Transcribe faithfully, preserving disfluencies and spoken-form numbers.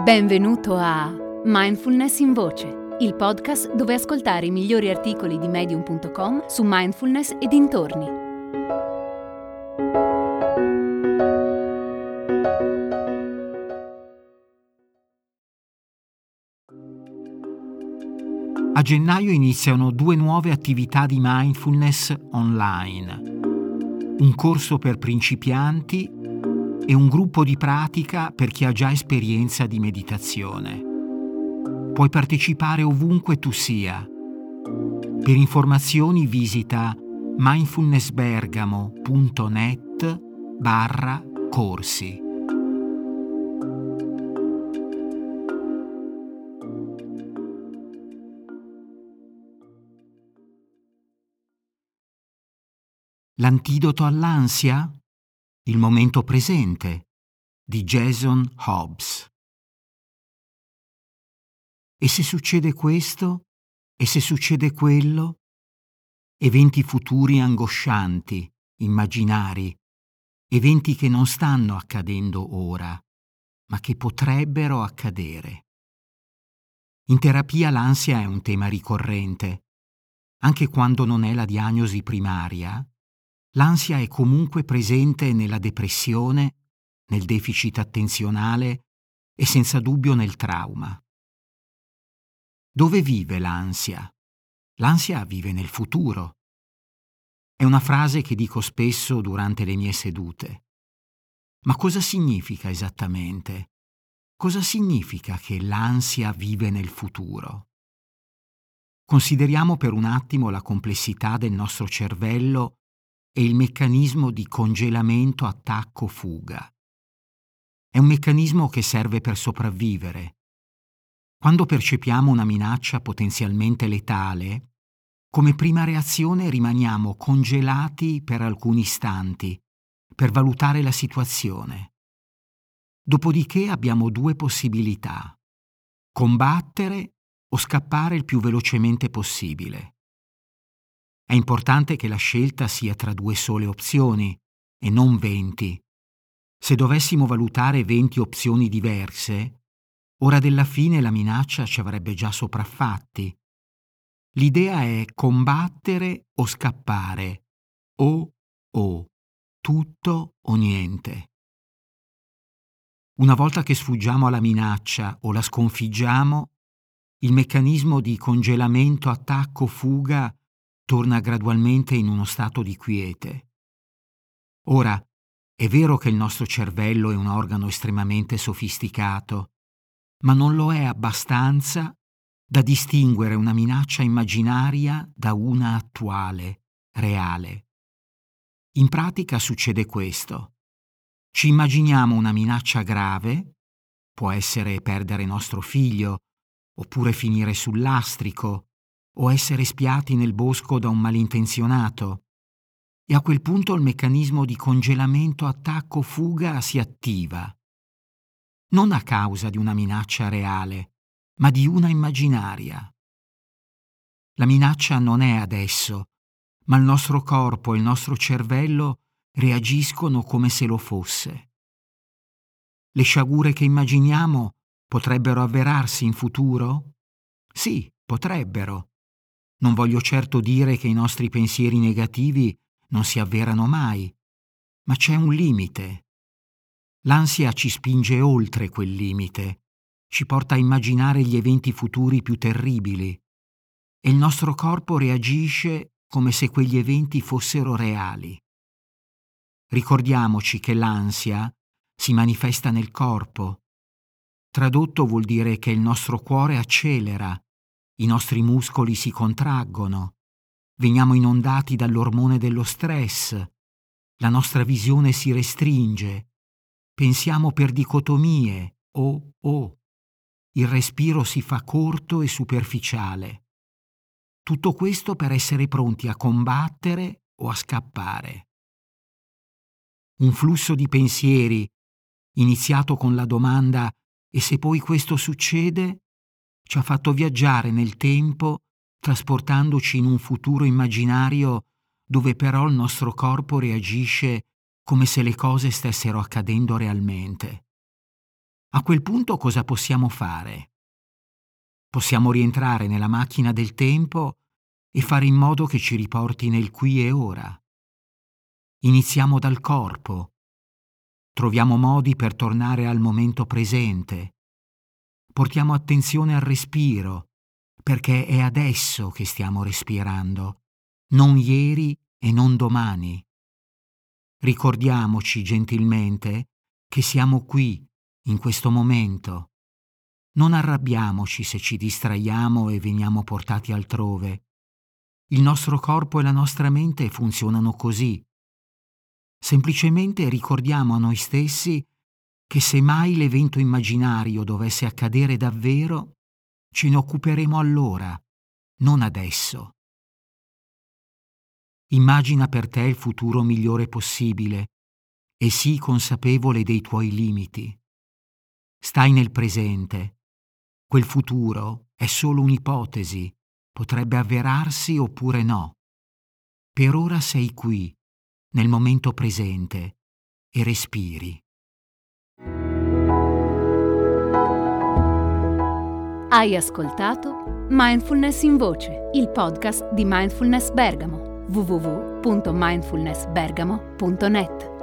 Benvenuto a Mindfulness in Voce, il podcast dove ascoltare i migliori articoli di medium punto com su mindfulness e dintorni. A gennaio iniziano due nuove attività di mindfulness online. Un corso per principianti e un gruppo di pratica per chi ha già esperienza di meditazione. Puoi partecipare ovunque tu sia. Per informazioni visita mindfulnessbergamo.net barra corsi. L'antidoto all'ansia? Il momento presente di Jason Hobbs. E se succede questo? E se succede quello? Eventi futuri angoscianti, immaginari, eventi che non stanno accadendo ora, ma che potrebbero accadere. In terapia l'ansia è un tema ricorrente. Anche quando non è la diagnosi primaria, l'ansia è comunque presente nella depressione, nel deficit attenzionale e senza dubbio nel trauma. Dove vive l'ansia? L'ansia vive nel futuro. È una frase che dico spesso durante le mie sedute. Ma cosa significa esattamente? Cosa significa che l'ansia vive nel futuro? Consideriamo per un attimo la complessità del nostro cervello e il meccanismo di congelamento attacco-fuga. È un meccanismo che serve per sopravvivere. Quando percepiamo una minaccia potenzialmente letale, come prima reazione rimaniamo congelati per alcuni istanti, per valutare la situazione. Dopodiché abbiamo due possibilità: combattere o scappare il più velocemente possibile. È importante che la scelta sia tra due sole opzioni e non venti. Se dovessimo valutare venti opzioni diverse, ora della fine la minaccia ci avrebbe già sopraffatti. L'idea è combattere o scappare, o o, tutto o niente. Una volta che sfuggiamo alla minaccia o la sconfiggiamo, il meccanismo di congelamento attacco-fuga torna gradualmente in uno stato di quiete. Ora, è vero che il nostro cervello è un organo estremamente sofisticato, ma non lo è abbastanza da distinguere una minaccia immaginaria da una attuale, reale. In pratica succede questo. Ci immaginiamo una minaccia grave, può essere perdere nostro figlio, oppure finire sul lastrico, o essere spiati nel bosco da un malintenzionato, e a quel punto il meccanismo di congelamento attacco-fuga si attiva, non a causa di una minaccia reale, ma di una immaginaria. La minaccia non è adesso, ma il nostro corpo e il nostro cervello reagiscono come se lo fosse. Le sciagure che immaginiamo potrebbero avverarsi in futuro? Sì, potrebbero. Non voglio certo dire che i nostri pensieri negativi non si avverano mai, ma c'è un limite. L'ansia ci spinge oltre quel limite, ci porta a immaginare gli eventi futuri più terribili e il nostro corpo reagisce come se quegli eventi fossero reali. Ricordiamoci che l'ansia si manifesta nel corpo. Tradotto vuol dire che il nostro cuore accelera, i nostri muscoli si contraggono, veniamo inondati dall'ormone dello stress, la nostra visione si restringe, pensiamo per dicotomie o o, il respiro si fa corto e superficiale. Tutto questo per essere pronti a combattere o a scappare. Un flusso di pensieri, iniziato con la domanda «e se poi questo succede?», ci ha fatto viaggiare nel tempo, trasportandoci in un futuro immaginario dove però il nostro corpo reagisce come se le cose stessero accadendo realmente. A quel punto cosa possiamo fare? Possiamo rientrare nella macchina del tempo e fare in modo che ci riporti nel qui e ora. Iniziamo dal corpo. Troviamo modi per tornare al momento presente. Portiamo attenzione al respiro, perché è adesso che stiamo respirando, non ieri e non domani. Ricordiamoci gentilmente che siamo qui, in questo momento. Non arrabbiamoci se ci distraiamo e veniamo portati altrove. Il nostro corpo e la nostra mente funzionano così. Semplicemente ricordiamo a noi stessi che se mai l'evento immaginario dovesse accadere davvero, ce ne occuperemo allora, non adesso. Immagina per te il futuro migliore possibile e sii consapevole dei tuoi limiti. Stai nel presente. Quel futuro è solo un'ipotesi, potrebbe avverarsi oppure no. Per ora sei qui, nel momento presente, e respiri. Hai ascoltato Mindfulness in Voce, il podcast di Mindfulness Bergamo. w w w punto mindfulness bergamo punto net